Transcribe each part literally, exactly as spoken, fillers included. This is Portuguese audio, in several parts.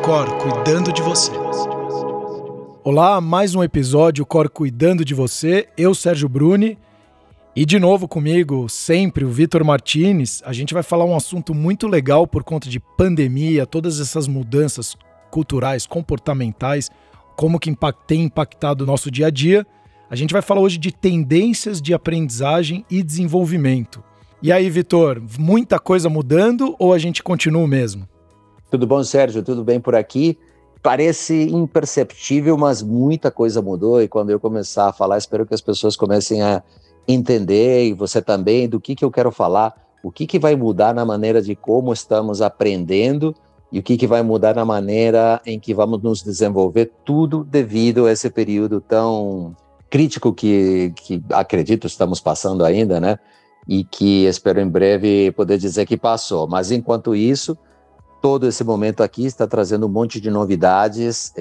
Cor cuidando de você. Olá, mais um episódio Cor cuidando de você. Eu, Sérgio Bruni, e de novo comigo, sempre, o Vitor Martins. A gente vai falar um assunto muito legal por conta de pandemia, todas essas mudanças culturais, comportamentais, como que impact, tem impactado o nosso dia a dia. A gente vai falar hoje de tendências de aprendizagem e desenvolvimento. E aí, Vitor, muita coisa mudando ou a gente continua o mesmo? Tudo bom, Sérgio? Tudo bem por aqui? Parece imperceptível, mas muita coisa mudou, e quando eu começar a falar, espero que as pessoas comecem a entender, e você também, do que, que eu quero falar, o que, que vai mudar na maneira de como estamos aprendendo e o que, que vai mudar na maneira em que vamos nos desenvolver, tudo devido a esse período tão crítico que, que acredito estamos passando ainda, né? E que espero em breve poder dizer que passou. Mas enquanto isso, todo esse momento aqui está trazendo um monte de novidades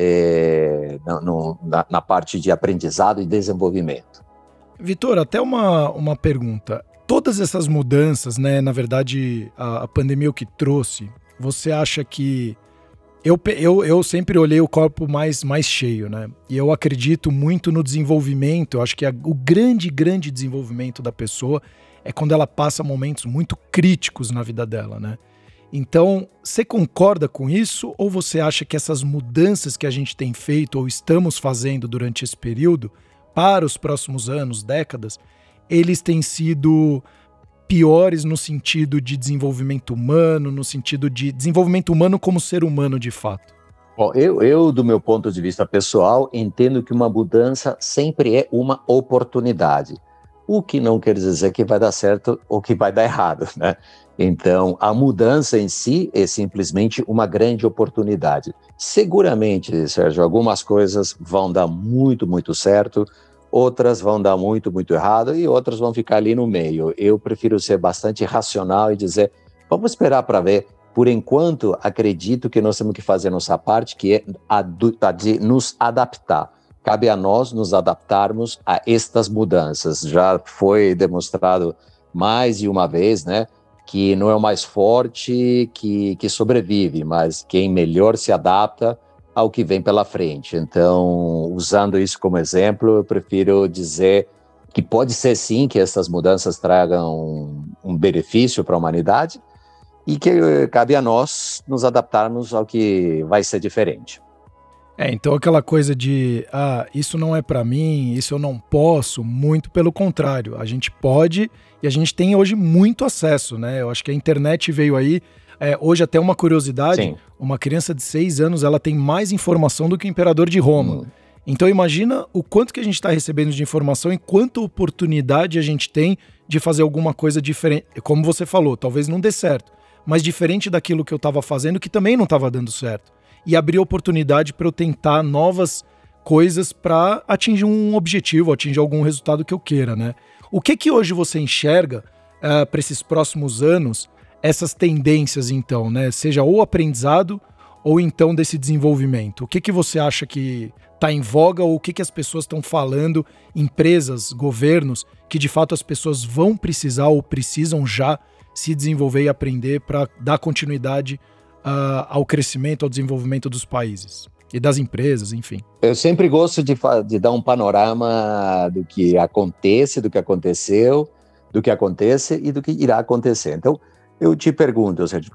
é, no, na, na parte de aprendizado e desenvolvimento. Vitor, até uma, uma pergunta. Todas essas mudanças, né, na verdade, a, a pandemia o que trouxe, você acha que... Eu, eu, eu sempre olhei o copo mais, mais cheio, né? E eu acredito muito no desenvolvimento. Eu acho que a, o grande, grande desenvolvimento da pessoa é quando ela passa momentos muito críticos na vida dela, né? Então, você concorda com isso ou você acha que essas mudanças que a gente tem feito ou estamos fazendo durante esse período, para os próximos anos, décadas, eles têm sido piores no sentido de desenvolvimento humano, no sentido de desenvolvimento humano como ser humano de fato? Bom, eu, eu, do meu ponto de vista pessoal, entendo que uma mudança sempre é uma oportunidade. O que não quer dizer que vai dar certo ou que vai dar errado, né? Então, a mudança em si é simplesmente uma grande oportunidade. Seguramente, Sérgio, algumas coisas vão dar muito, muito certo, outras vão dar muito, muito errado e outras vão ficar ali no meio. Eu prefiro ser bastante racional e dizer, vamos esperar para ver. Por enquanto, acredito que nós temos que fazer nossa parte, que é a, a de nos adaptar. Cabe a nós nos adaptarmos a estas mudanças. Já foi demonstrado mais de uma vez, né, que não é o mais forte que, que sobrevive, mas quem melhor se adapta ao que vem pela frente. Então, usando isso como exemplo, eu prefiro dizer que pode ser sim que essas mudanças tragam um, um benefício para a humanidade e que cabe a nós nos adaptarmos ao que vai ser diferente. É, então aquela coisa de, ah, isso não é pra mim, isso eu não posso, muito pelo contrário. A gente pode e a gente tem hoje muito acesso, né? Eu acho que a internet veio aí, é, hoje até uma curiosidade, Sim. Uma criança de seis anos, ela tem mais informação do que o imperador de Roma. Hum. Então imagina o quanto que a gente está recebendo de informação e quanta oportunidade a gente tem de fazer alguma coisa diferente. Como você falou, talvez não dê certo, mas diferente daquilo que eu estava fazendo, que também não estava dando certo. E abrir oportunidade para eu tentar novas coisas para atingir um objetivo, atingir algum resultado que eu queira, né? O que que hoje você enxerga uh, para esses próximos anos, essas tendências então, né? Seja ou aprendizado ou então desse desenvolvimento. O que que você acha que está em voga ou o que que as pessoas estão falando, empresas, governos, que de fato as pessoas vão precisar ou precisam já se desenvolver e aprender para dar continuidade Uh, ao crescimento, ao desenvolvimento dos países e das empresas, enfim. Eu sempre gosto de, de dar um panorama do que acontece, do que aconteceu, do que acontece e do que irá acontecer. Então, eu te pergunto, Sérgio,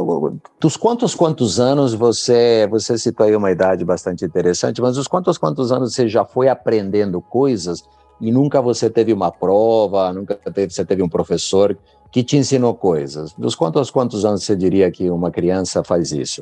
dos quantos quantos anos você, você citou aí uma idade bastante interessante, mas dos quantos quantos anos você já foi aprendendo coisas e nunca você teve uma prova, nunca teve, você teve um professor que te ensinou coisas? Dos quantos quantos anos você diria que uma criança faz isso?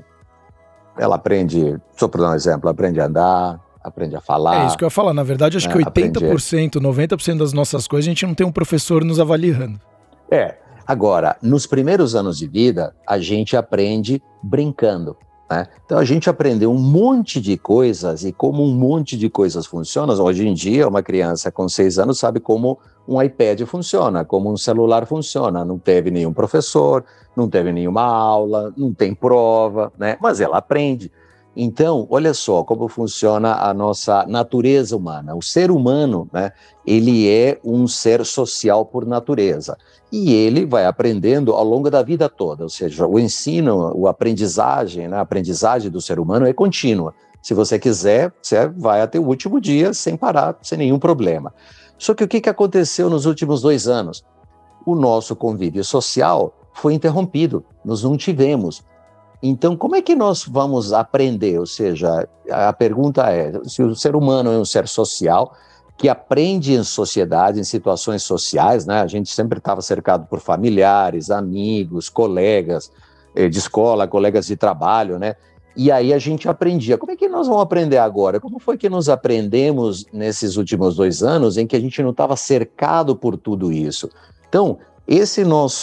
Ela aprende, só para dar um exemplo, aprende a andar, aprende a falar. É isso que eu ia falar, na verdade acho né? que oitenta por cento, noventa por cento das nossas coisas a gente não tem um professor nos avaliando. É, agora, nos primeiros anos de vida, a gente aprende brincando. Né? Então a gente aprendeu um monte de coisas e como um monte de coisas funcionam. Hoje em dia, uma criança com seis anos sabe como um iPad funciona, como um celular funciona. Não teve nenhum professor, não teve nenhuma aula, não tem prova, né? Mas ela aprende. Então, olha só como funciona a nossa natureza humana. O ser humano, né, ele é um ser social por natureza. E ele vai aprendendo ao longo da vida toda, ou seja, o ensino, a aprendizagem, né, a aprendizagem do ser humano é contínua. Se você quiser, você vai até o último dia sem parar, sem nenhum problema. Só que o que aconteceu nos últimos dois anos? O nosso convívio social foi interrompido, nós não tivemos. Então, como é que nós vamos aprender? Ou seja, a pergunta é, se o ser humano é um ser social, que aprende em sociedade, em situações sociais, né? A gente sempre estava cercado por familiares, amigos, colegas de escola, colegas de trabalho, né? E aí a gente aprendia. Como é que nós vamos aprender agora? Como foi que nós aprendemos nesses últimos dois anos em que a gente não estava cercado por tudo isso? Então, esse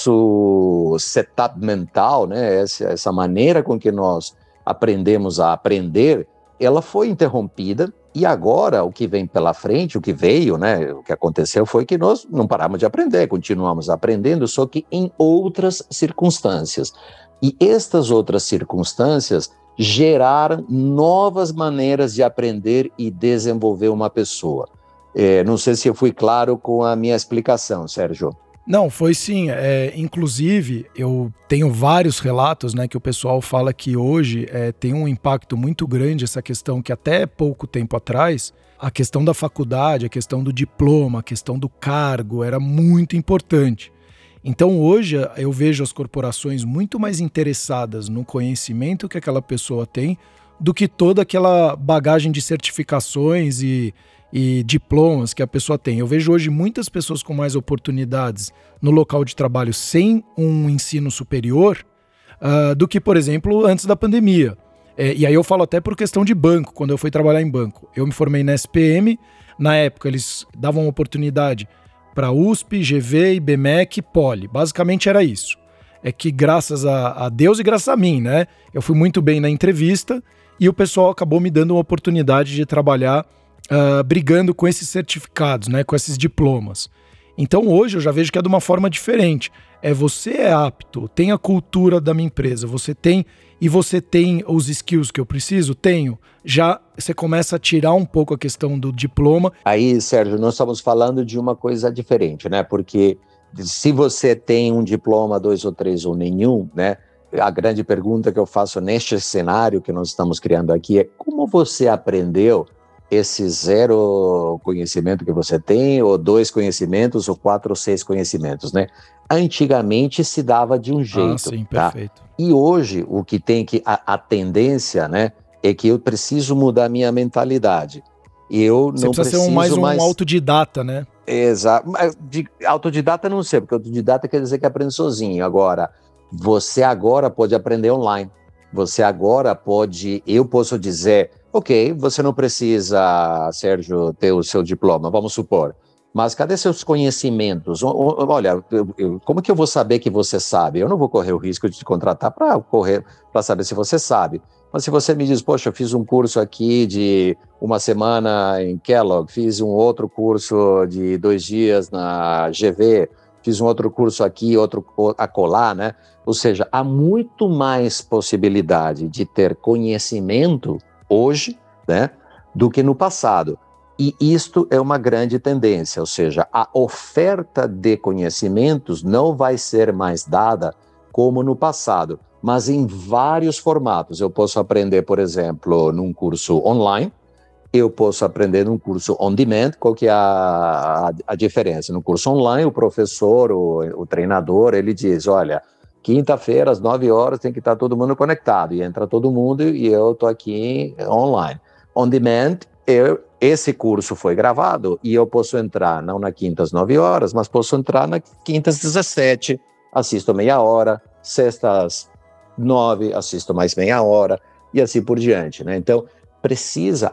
nosso setup mental, né, essa, essa maneira com que nós aprendemos a aprender, ela foi interrompida e agora o que vem pela frente, o que veio, né, o que aconteceu foi que nós não paramos de aprender, continuamos aprendendo, só que em outras circunstâncias. E estas outras circunstâncias geraram novas maneiras de aprender e desenvolver uma pessoa. É, não sei se eu fui claro com a minha explicação, Sérgio. Não, foi sim. É, inclusive, eu tenho vários relatos, né, que o pessoal fala que hoje é, tem um impacto muito grande essa questão que até pouco tempo atrás, a questão da faculdade, a questão do diploma, a questão do cargo era muito importante. Então hoje eu vejo as corporações muito mais interessadas no conhecimento que aquela pessoa tem do que toda aquela bagagem de certificações e e diplomas que a pessoa tem. Eu vejo hoje muitas pessoas com mais oportunidades no local de trabalho sem um ensino superior uh, do que, por exemplo, antes da pandemia. É, e aí eu falo até por questão de banco, quando eu fui trabalhar em banco. Eu me formei na S P M, na época eles davam oportunidade para U S P, G V, I B M E C, Poli. Basicamente era isso. É que graças a, a Deus e graças a mim, né? Eu fui muito bem na entrevista e o pessoal acabou me dando uma oportunidade de trabalhar Uh, brigando com esses certificados, né, com esses diplomas. Então hoje eu já vejo que é de uma forma diferente. É você é apto, tem a cultura da minha empresa, você tem e você tem os skills que eu preciso? Tenho. Já você começa a tirar um pouco a questão do diploma. Aí, Sérgio, nós estamos falando de uma coisa diferente, né? Porque se você tem um diploma, dois ou três ou nenhum, né? A grande pergunta que eu faço neste cenário que nós estamos criando aqui é como você aprendeu esse zero conhecimento que você tem, ou dois conhecimentos, ou quatro ou seis conhecimentos, né? Antigamente se dava de um jeito, ah, sim, tá? perfeito. E hoje o que tem que, a, a tendência, né, é que eu preciso mudar minha mentalidade. E eu você não precisa preciso ser um, mais um mais... autodidata, né? Exato. De autodidata não sei, porque autodidata quer dizer que aprende sozinho. Agora, você agora pode aprender online. Você agora pode, eu posso dizer, ok, você não precisa, Sérgio, ter o seu diploma, vamos supor, mas cadê seus conhecimentos? Olha, eu, eu, como que eu vou saber que você sabe? Eu não vou correr o risco de te contratar para correr, para saber se você sabe. Mas se você me diz, poxa, eu fiz um curso aqui de uma semana em Kellogg, fiz um outro curso de dois dias na G V, fiz um outro curso aqui, outro acolá, né? Ou seja, há muito mais possibilidade de ter conhecimento hoje, né, do que no passado. E isto é uma grande tendência, ou seja, a oferta de conhecimentos não vai ser mais dada como no passado, mas em vários formatos. Eu posso aprender, por exemplo, num curso online, eu posso aprender num curso on demand. Qual que é a, a, a diferença? No curso online, o professor, o, o treinador, ele diz, olha, quinta-feira, às nove horas, tem que estar todo mundo conectado, e entra todo mundo e eu estou aqui online. On demand, eu, esse curso foi gravado e eu posso entrar, não na quinta às nove horas, mas posso entrar na quinta às dezessete, assisto meia hora, sexta às nove, assisto mais meia hora, e assim por diante, né? Então, precisa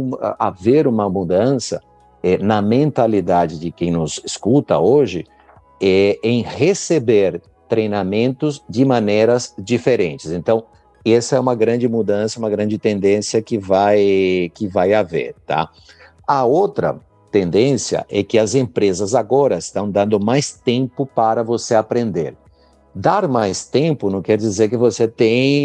haver uma mudança é, na mentalidade de quem nos escuta hoje é, em receber treinamentos de maneiras diferentes. Então, essa é uma grande mudança, uma grande tendência que vai, que vai haver, tá? A outra tendência é que as empresas agora estão dando mais tempo para você aprender. Dar mais tempo não quer dizer que você tem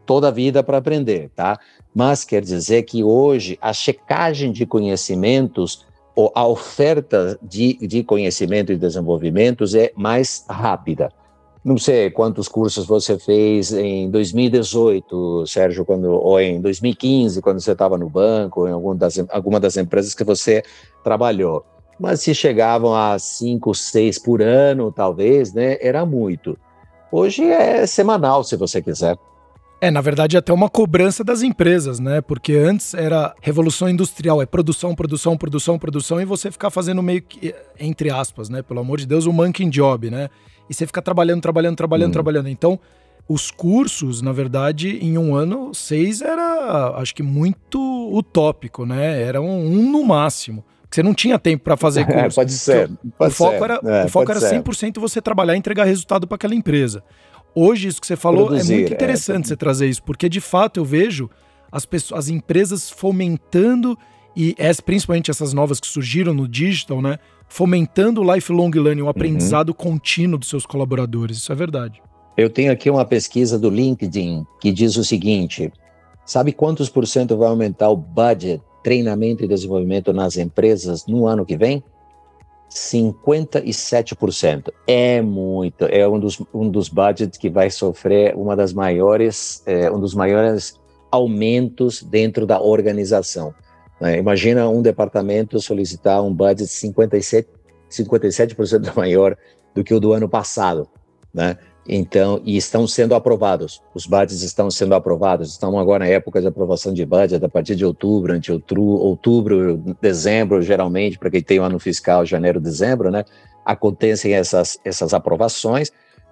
toda a vida para aprender, tá? Mas quer dizer que hoje a checagem de conhecimentos, ou a oferta de, de conhecimento e desenvolvimentos é mais rápida. Não sei quantos cursos você fez em dois mil e dezoito, Sérgio, quando, ou em dois mil e quinze, quando você estava no banco, em algum das, alguma das empresas que você trabalhou. Mas se chegavam a cinco, seis por ano, talvez, né, era muito. Hoje é semanal, se você quiser. É, na verdade, até uma cobrança das empresas, né? Porque antes era revolução industrial, é produção, produção, produção, produção, e você ficar fazendo meio que, entre aspas, né? Pelo amor de Deus, o monkey job, né? E você fica trabalhando, trabalhando, trabalhando, hum. trabalhando. Então, os cursos, na verdade, em um ano, seis era, acho que, muito utópico, né? Era um, um no máximo. Você não tinha tempo para fazer curso. É, pode ser. Pode o foco ser. era, é, o foco era cem por cento você trabalhar e entregar resultado para aquela empresa. Hoje, isso que você falou, Produzir, é muito interessante é, você trazer isso, porque de fato eu vejo as, pessoas, as empresas fomentando, e principalmente essas novas que surgiram no digital, né? Fomentando o lifelong learning, o aprendizado uhum. contínuo dos seus colaboradores. Isso é verdade. Eu tenho aqui uma pesquisa do LinkedIn que diz o seguinte: sabe quantos por cento vai aumentar o budget, treinamento e desenvolvimento nas empresas no ano que vem? cinquenta e sete por cento. É muito, é um dos, um dos budgets que vai sofrer uma das maiores, é, um dos maiores aumentos dentro da organização. Né? Imagina um departamento solicitar um budget cinquenta e sete por cento maior do que o do ano passado, né? Então, e estão sendo aprovados, os budgets estão sendo aprovados, estamos agora na época de aprovação de budget, a partir de outubro, entre outubro, outubro dezembro, geralmente, para quem tem o ano fiscal, janeiro, dezembro, né, acontecem essas, essas aprovações,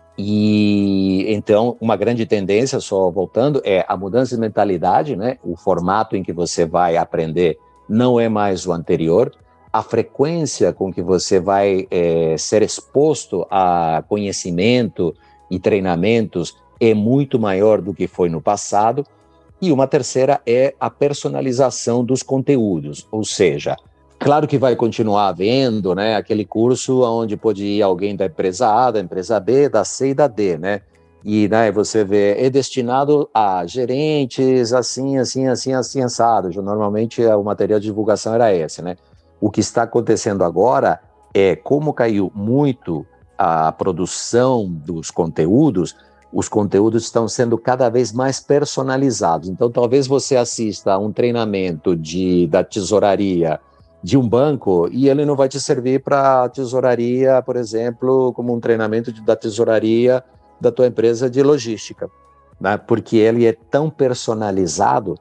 e então, uma grande tendência, só voltando, é a mudança de mentalidade, né, o formato em que você vai aprender não é mais o anterior, a frequência com que você vai é, ser exposto a conhecimento e treinamentos é muito maior do que foi no passado. E uma terceira é a personalização dos conteúdos, ou seja, claro que vai continuar havendo, né, aquele curso onde pode ir alguém da empresa A, da empresa B, da C e da D, né, e né, você vê, é destinado a gerentes, assim, assim, assim, assim, assado. Normalmente o material de divulgação era esse, né. O que está acontecendo agora é, como caiu muito a produção dos conteúdos, os conteúdos estão sendo cada vez mais personalizados. Então, talvez você assista a um treinamento de, da tesouraria de um banco e ele não vai te servir para a tesouraria, por exemplo, como um treinamento de, da tesouraria da tua empresa de logística, né? Porque ele é tão personalizado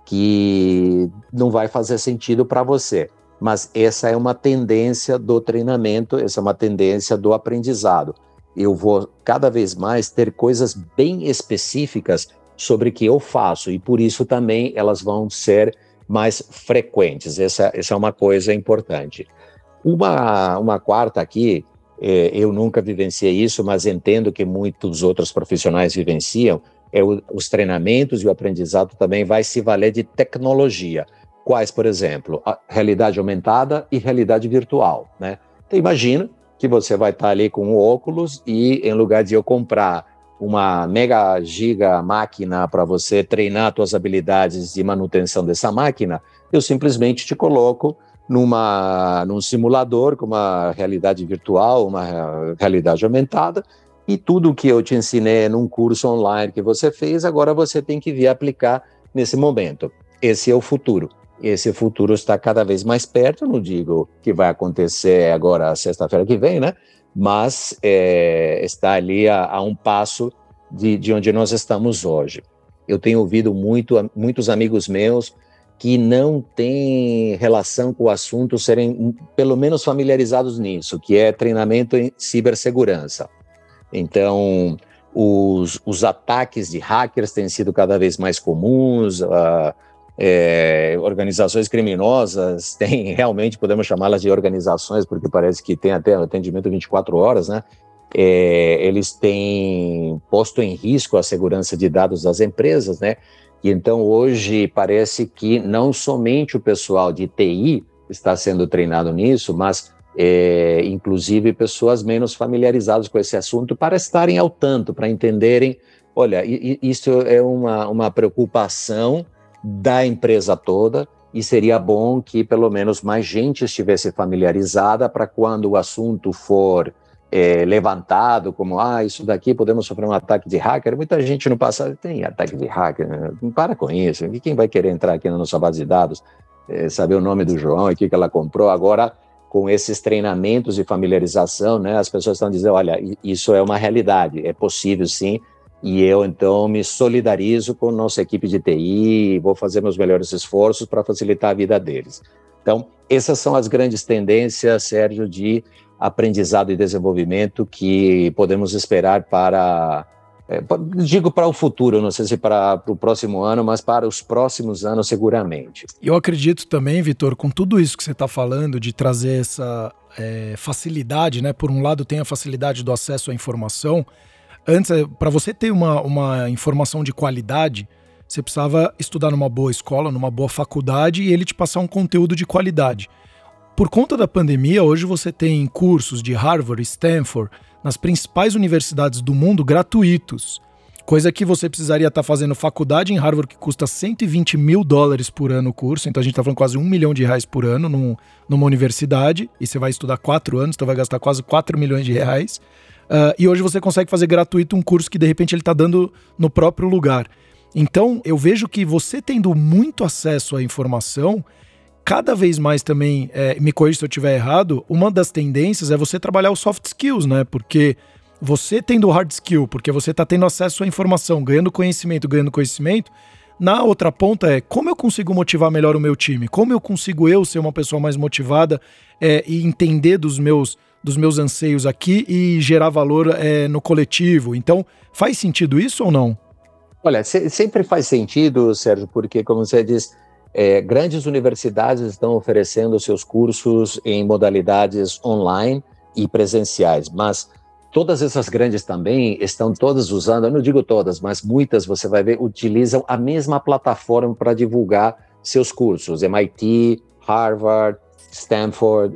que não vai fazer sentido para você. Mas essa é uma tendência do treinamento, essa é uma tendência do aprendizado. Eu vou cada vez mais ter coisas bem específicas sobre o que eu faço, e por isso também elas vão ser mais frequentes. Essa, essa é uma coisa importante. Uma, uma quarta aqui, eh, eu nunca vivenciei isso, mas entendo que muitos outros profissionais vivenciam, é o, os treinamentos e o aprendizado também vai se valer de tecnologia. Quais, por exemplo, a realidade aumentada e realidade virtual, né? Então, imagina que você vai estar ali com o óculos e, em lugar de eu comprar uma mega giga máquina para você treinar suas habilidades de manutenção dessa máquina, eu simplesmente te coloco numa, num simulador com uma realidade virtual, uma realidade aumentada, e tudo que eu te ensinei num curso online que você fez, agora você tem que vir aplicar nesse momento. Esse é o futuro. Esse futuro está cada vez mais perto, não digo que vai acontecer agora sexta-feira que vem, né? Mas é, está ali a, a um passo de, de onde nós estamos hoje. Eu tenho ouvido muito, muitos amigos meus que não têm relação com o assunto serem pelo menos familiarizados nisso, que é treinamento em cibersegurança. Então, os, os ataques de hackers têm sido cada vez mais comuns, uh, É, organizações criminosas têm, realmente podemos chamá-las de organizações, porque parece que tem até atendimento vinte e quatro horas, né? É, eles têm posto em risco a segurança de dados das empresas, né? E então hoje parece que não somente o pessoal de T I está sendo treinado nisso, mas é, inclusive pessoas menos familiarizadas com esse assunto para estarem ao tanto, para entenderem, olha, isso é uma, uma preocupação da empresa toda e seria bom que pelo menos mais gente estivesse familiarizada para quando o assunto for é, levantado, como, ah, isso daqui podemos sofrer um ataque de hacker. Muita gente no passado tem ataque de hacker, né? Não para com isso. Quem vai querer entrar aqui na nossa base de dados, é, saber o nome do João e o que, que ela comprou? Agora, com esses treinamentos de familiarização, né, as pessoas estão dizendo, olha, isso é uma realidade, é possível sim, e eu então me solidarizo com a nossa equipe de T I, vou fazer meus melhores esforços para facilitar a vida deles. Então, essas são as grandes tendências, Sérgio, de aprendizado e desenvolvimento que podemos esperar para, é, digo para o futuro, não sei se para, para o próximo ano, mas para os próximos anos seguramente. Eu acredito também, Vitor, com tudo isso que você está falando, de trazer essa é, facilidade, né? Por um lado tem a facilidade do acesso à informação. Antes, para você ter uma, uma informação de qualidade, você precisava estudar numa boa escola, numa boa faculdade e ele te passar um conteúdo de qualidade. Por conta da pandemia, hoje você tem cursos de Harvard, Stanford, nas principais universidades do mundo gratuitos. Coisa que você precisaria estar fazendo faculdade em Harvard, que custa cento e vinte mil dólares por ano o curso. Então a gente está falando quase um milhão de reais por ano num, numa universidade. E você vai estudar quatro anos, então vai gastar quase quatro milhões de reais. Uh, e hoje você consegue fazer gratuito um curso que de repente ele está dando no próprio lugar. Então eu vejo que você tendo muito acesso à informação, cada vez mais também, é, me corrija se eu estiver errado, uma das tendências é você trabalhar os soft skills, né? Porque você tendo o hard skill, porque você está tendo acesso à informação, ganhando conhecimento, ganhando conhecimento, na outra ponta é como eu consigo motivar melhor o meu time? Como eu consigo eu ser uma pessoa mais motivada é, e entender dos meus, dos meus anseios aqui e gerar valor é, no coletivo? Então, faz sentido isso ou não? Olha, se, sempre faz sentido, Sérgio, porque, como você diz, É, grandes universidades estão oferecendo seus cursos em modalidades online e presenciais, mas todas essas grandes também estão todas usando, eu não digo todas, mas muitas, você vai ver, utilizam a mesma plataforma para divulgar seus cursos. M I T, Harvard, Stanford,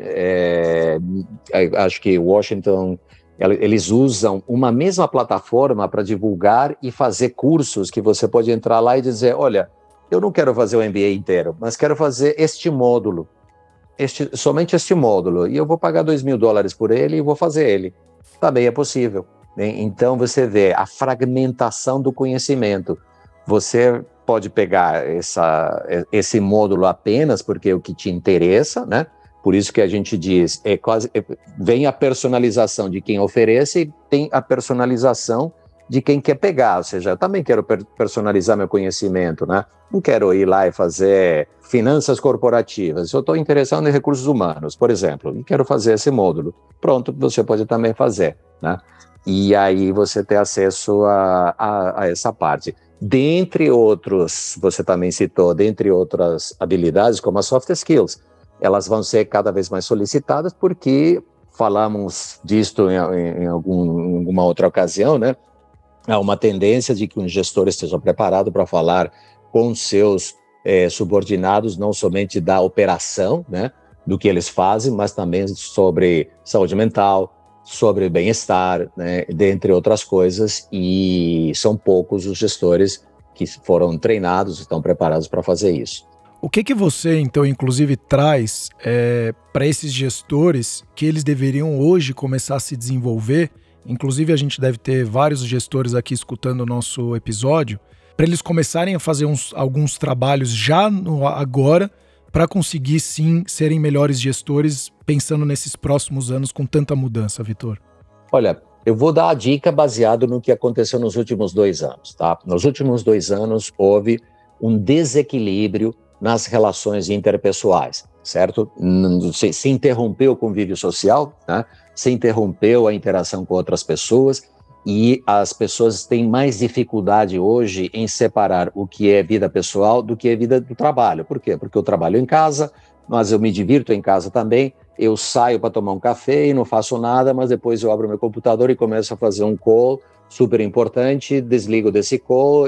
é, acho que Washington, eles usam uma mesma plataforma para divulgar e fazer cursos que você pode entrar lá e dizer, olha, eu não quero fazer o M B A inteiro, mas quero fazer este módulo, este, somente este módulo, e eu vou pagar dois mil dólares por ele e vou fazer ele. Também é possível, né? Então você vê a fragmentação do conhecimento. Você pode pegar essa, esse módulo apenas porque é o que te interessa, né? Por isso que a gente diz, é quase, é, vem a personalização de quem oferece e tem a personalização de quem quer pegar, ou seja, eu também quero personalizar meu conhecimento, né? Não quero ir lá e fazer finanças corporativas, eu estou interessado em recursos humanos, por exemplo, e quero fazer esse módulo. Pronto, você pode também fazer, né? E aí você ter acesso a, a, a essa parte. Dentre outros, você também citou, dentre outras habilidades, como as soft skills, elas vão ser cada vez mais solicitadas porque falamos disto em, em, algum, em alguma outra ocasião, né? Há uma tendência de que um gestor esteja preparado para falar com seus eh, subordinados, não somente da operação, né, do que eles fazem, mas também sobre saúde mental, sobre bem-estar, né, dentre outras coisas, e são poucos os gestores que foram treinados, estão preparados para fazer isso. O que que você, então, inclusive, traz é, para esses gestores que eles deveriam hoje começar a se desenvolver? Inclusive, a gente deve ter vários gestores aqui escutando o nosso episódio, para eles começarem a fazer uns, alguns trabalhos já no, agora, para conseguir, sim, serem melhores gestores, pensando nesses próximos anos com tanta mudança, Vitor. Olha, eu vou dar a dica baseado no que aconteceu nos últimos dois anos, tá? Nos últimos dois anos, houve um desequilíbrio nas relações interpessoais, certo? Se, se interrompeu o convívio social, né? Se interrompeu a interação com outras pessoas e as pessoas têm mais dificuldade hoje em separar o que é vida pessoal do que é vida do trabalho. Por quê? Porque eu trabalho em casa, mas eu me divirto em casa também, eu saio para tomar um café e não faço nada, mas depois eu abro meu computador e começo a fazer um call super importante, desligo desse call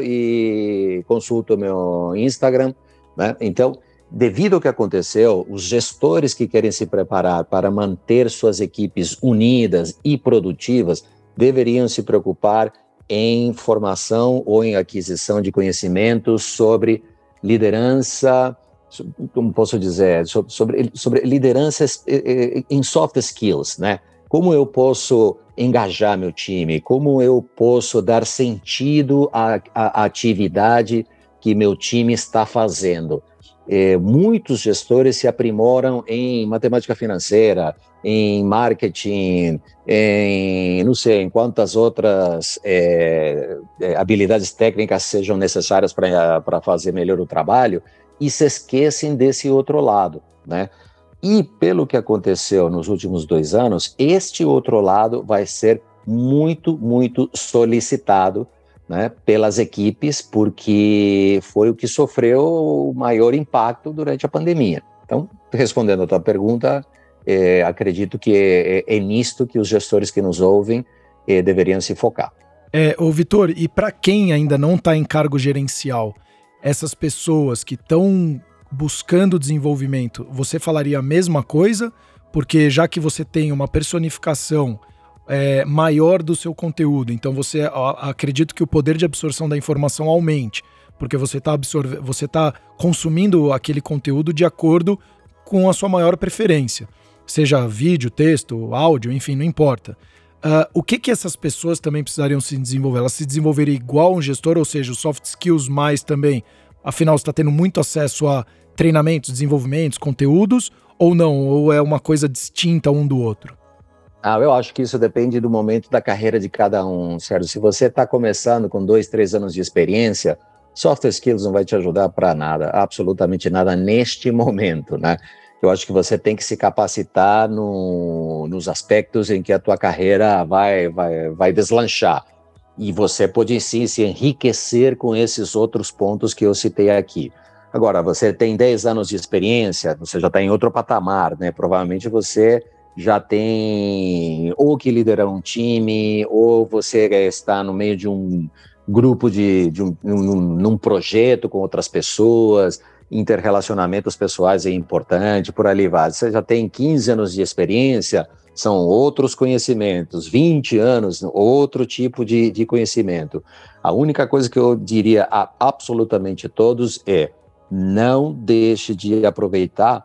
e consulto meu Instagram, né? Então, devido ao que aconteceu, os gestores que querem se preparar para manter suas equipes unidas e produtivas deveriam se preocupar em formação ou em aquisição de conhecimentos sobre liderança, como posso dizer, sobre, sobre lideranças em soft skills, né? Como eu posso engajar meu time, como eu posso dar sentido à, à atividade que meu time está fazendo. É, muitos gestores se aprimoram em matemática financeira, em marketing, em não sei, em quantas outras é, é, habilidades técnicas sejam necessárias para fazer melhor o trabalho, e se esquecem desse outro lado, né? E pelo que aconteceu nos últimos dois anos, este outro lado vai ser muito, muito solicitado, né, pelas equipes, porque foi o que sofreu o maior impacto durante a pandemia. Então, respondendo a tua pergunta, é, acredito que é, é, é nisto que os gestores que nos ouvem é, deveriam se focar. É, ô Vitor, e para quem ainda não está em cargo gerencial, essas pessoas que estão buscando desenvolvimento, você falaria a mesma coisa? Porque já que você tem uma personificação é, maior do seu conteúdo, então você a, acredito que o poder de absorção da informação aumente, porque você está absorve, você tá consumindo aquele conteúdo de acordo com a sua maior preferência, seja vídeo, texto, áudio, enfim, não importa. Uh, o que que essas pessoas também precisariam se desenvolver? Elas se desenvolverem igual um gestor, ou seja, os soft skills mais também, afinal você está tendo muito acesso a treinamentos, desenvolvimentos, conteúdos, ou não? Ou é uma coisa distinta um do outro? Ah, eu acho que isso depende do momento da carreira de cada um, Sérgio. Se você está começando com dois, três anos de experiência, soft skills não vai te ajudar para nada, absolutamente nada neste momento, né? Eu acho que você tem que se capacitar no, nos aspectos em que a tua carreira vai, vai, vai deslanchar. E você pode sim se enriquecer com esses outros pontos que eu citei aqui. Agora, você tem dez anos de experiência, você já está em outro patamar, né? Provavelmente você já tem ou que liderar um time, ou você está no meio de um grupo, de, de um, num, num projeto com outras pessoas, interrelacionamentos pessoais é importante, por ali vai. Você já tem quinze anos de experiência, são outros conhecimentos, vinte anos, outro tipo de, de conhecimento. A única coisa que eu diria a absolutamente todos é: não deixe de aproveitar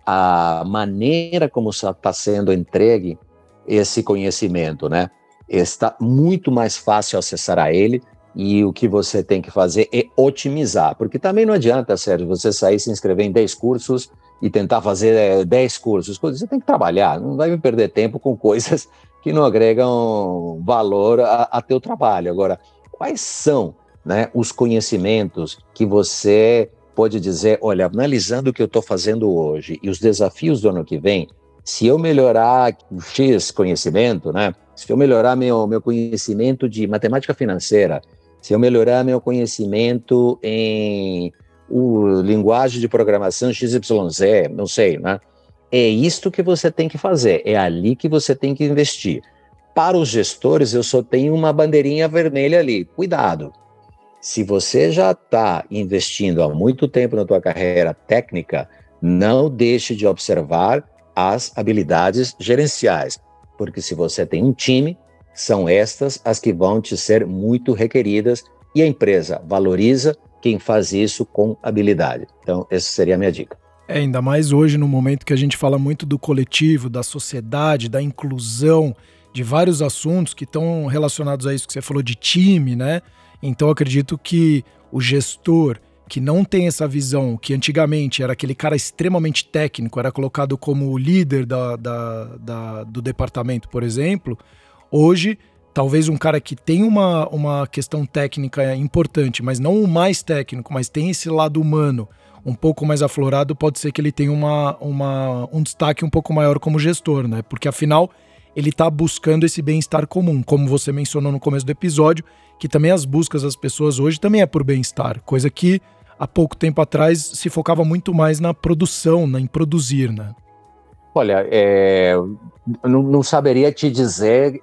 a maneira como está sendo entregue esse conhecimento, né? Está muito mais fácil acessar a ele, e o que você tem que fazer é otimizar, porque também não adianta, Sérgio, você sair e se inscrever em dez cursos e tentar fazer é, dez cursos. Você tem que trabalhar, não vai perder tempo com coisas que não agregam valor a, a teu trabalho. Agora, quais são, né, os conhecimentos que você pode dizer, olha, analisando o que eu estou fazendo hoje e os desafios do ano que vem, se eu melhorar o X conhecimento, né, se eu melhorar meu, meu conhecimento de matemática financeira, se eu melhorar meu conhecimento em o, linguagem de programação X Y Z, não sei, né? É isto que você tem que fazer, é ali que você tem que investir. Para os gestores, eu só tenho uma bandeirinha vermelha ali. Cuidado! Se você já está investindo há muito tempo na tua carreira técnica, não deixe de observar as habilidades gerenciais, porque se você tem um time, são estas as que vão te ser muito requeridas, e a empresa valoriza quem faz isso com habilidade. Então, essa seria a minha dica. É, ainda mais hoje, no momento que a gente fala muito do coletivo, da sociedade, da inclusão, de vários assuntos que estão relacionados a isso que você falou de time, né? Então, eu acredito que o gestor que não tem essa visão, que antigamente era aquele cara extremamente técnico, era colocado como líder da, da, da, do departamento, por exemplo, hoje, talvez um cara que tem uma, uma questão técnica importante, mas não o mais técnico, mas tem esse lado humano um pouco mais aflorado, pode ser que ele tenha uma, uma, um destaque um pouco maior como gestor, né? Porque afinal, ele está buscando esse bem-estar comum, como você mencionou no começo do episódio, que também as buscas das pessoas hoje também é por bem-estar, coisa que há pouco tempo atrás se focava muito mais na produção, na, em produzir, né? Olha, é, não, não saberia te dizer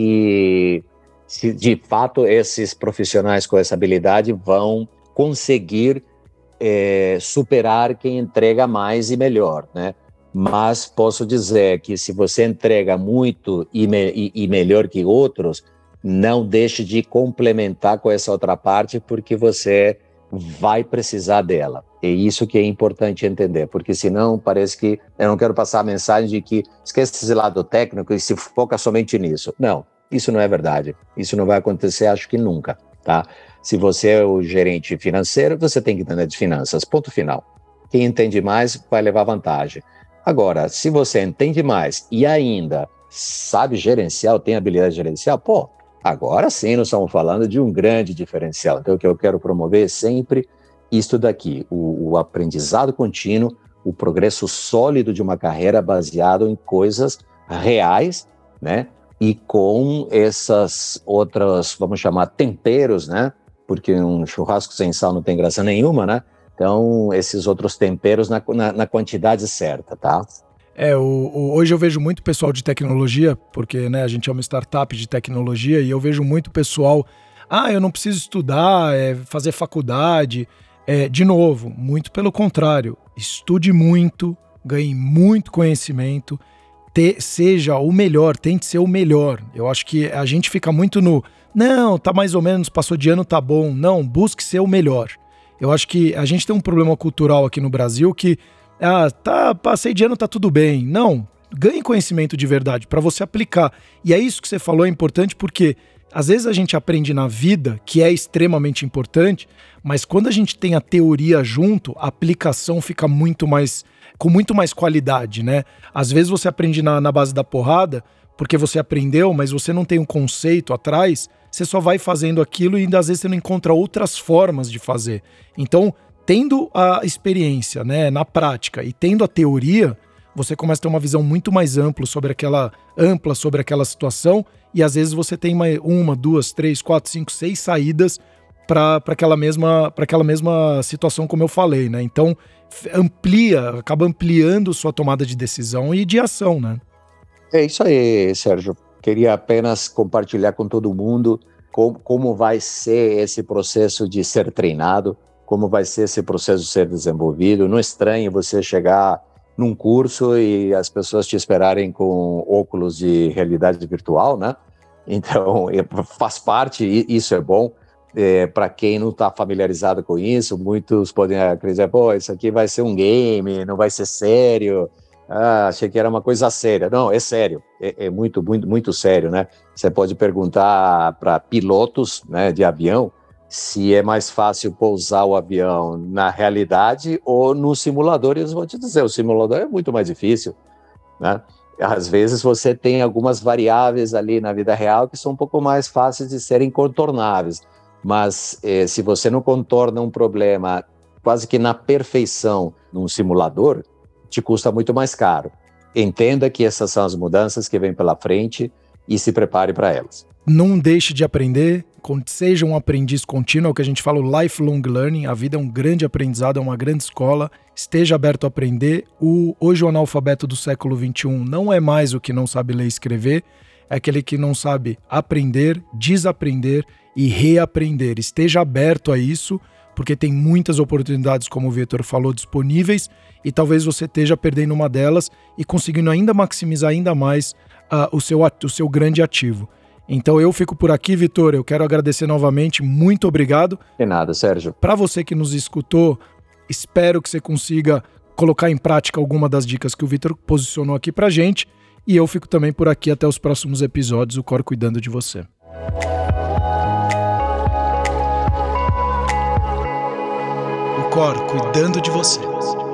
se, se de fato esses profissionais com essa habilidade vão conseguir é, superar quem entrega mais e melhor, né? Mas posso dizer que se você entrega muito e, me, e, e melhor que outros, não deixe de complementar com essa outra parte, porque você vai precisar dela. É isso que é importante entender, porque senão parece que eu não quero passar a mensagem de que esquece esse lado técnico e se foca somente nisso. Não, isso não é verdade. Isso não vai acontecer, acho que nunca, tá? Se você é o gerente financeiro, você tem que entender de finanças, ponto final. Quem entende mais vai levar vantagem. Agora, se você entende mais e ainda sabe gerenciar, tem habilidade gerencial, pô, agora sim nós estamos falando de um grande diferencial. Então, o que eu quero promover é sempre isto daqui, o, o aprendizado contínuo, o progresso sólido de uma carreira baseado em coisas reais, né? E com essas outras, vamos chamar, temperos, né? Porque um churrasco sem sal não tem graça nenhuma, né? Então, esses outros temperos na, na, na quantidade certa, tá? É, o, o, hoje eu vejo muito pessoal de tecnologia, porque né, a gente é uma startup de tecnologia, e eu vejo muito pessoal, ah, eu não preciso estudar, é, fazer faculdade. É, de novo, muito pelo contrário, estude muito, ganhe muito conhecimento, te, seja o melhor, tente ser o melhor. Eu acho que a gente fica muito no, não, tá mais ou menos, passou de ano, tá bom. Não, busque ser o melhor. Eu acho que a gente tem um problema cultural aqui no Brasil que ah, tá, passei de ano, tá tudo bem. Não, ganhe conhecimento de verdade para você aplicar. E é isso que você falou, é importante porque às vezes a gente aprende na vida, que é extremamente importante, mas quando a gente tem a teoria junto, a aplicação fica muito mais, com muito mais qualidade, né? Às vezes você aprende na, na base da porrada, porque você aprendeu, mas você não tem um conceito atrás, você só vai fazendo aquilo e ainda às vezes você não encontra outras formas de fazer. Então, tendo a experiência, né, na prática e tendo a teoria, você começa a ter uma visão muito mais ampla sobre aquela, ampla sobre aquela situação e às vezes você tem uma, uma duas, três, quatro, cinco, seis saídas para aquela mesma, para aquela mesma situação como eu falei, né? Então, amplia, acaba ampliando sua tomada de decisão e de ação, né? É isso aí, Sérgio. Queria apenas compartilhar com todo mundo como, como vai ser esse processo de ser treinado, como vai ser esse processo de ser desenvolvido. Não é estranho você chegar num curso e as pessoas te esperarem com óculos de realidade virtual, né? Então, faz parte, isso é bom. É, para quem não está familiarizado com isso, muitos podem acreditar, pô, isso aqui vai ser um game, não vai ser sério. Ah, achei que era uma coisa séria. Não, é sério, é, é muito, muito, muito sério, né? Você pode perguntar para pilotos, né, de avião se é mais fácil pousar o avião na realidade ou no simulador, e eles vão te dizer, o simulador é muito mais difícil, né? Às vezes você tem algumas variáveis ali na vida real que são um pouco mais fáceis de serem contornáveis, mas eh, se você não contorna um problema quase que na perfeição num simulador, te custa muito mais caro. Entenda que essas são as mudanças que vêm pela frente e se prepare para elas. Não deixe de aprender, seja um aprendiz contínuo, é o que a gente fala, o lifelong learning, a vida é um grande aprendizado, é uma grande escola, esteja aberto a aprender. O, hoje o analfabeto do século vinte e um não é mais o que não sabe ler e escrever, é aquele que não sabe aprender, desaprender e reaprender. Esteja aberto a isso, porque tem muitas oportunidades, como o Vitor falou, disponíveis, e talvez você esteja perdendo uma delas e conseguindo ainda maximizar ainda mais uh, o, seu, o seu grande ativo. Então eu fico por aqui, Vitor, eu quero agradecer novamente, muito obrigado. De nada, Sérgio. Para você que nos escutou, espero que você consiga colocar em prática alguma das dicas que o Vitor posicionou aqui pra gente, e eu fico também por aqui até os próximos episódios, o Cor cuidando de você. O Cor cuidando de você.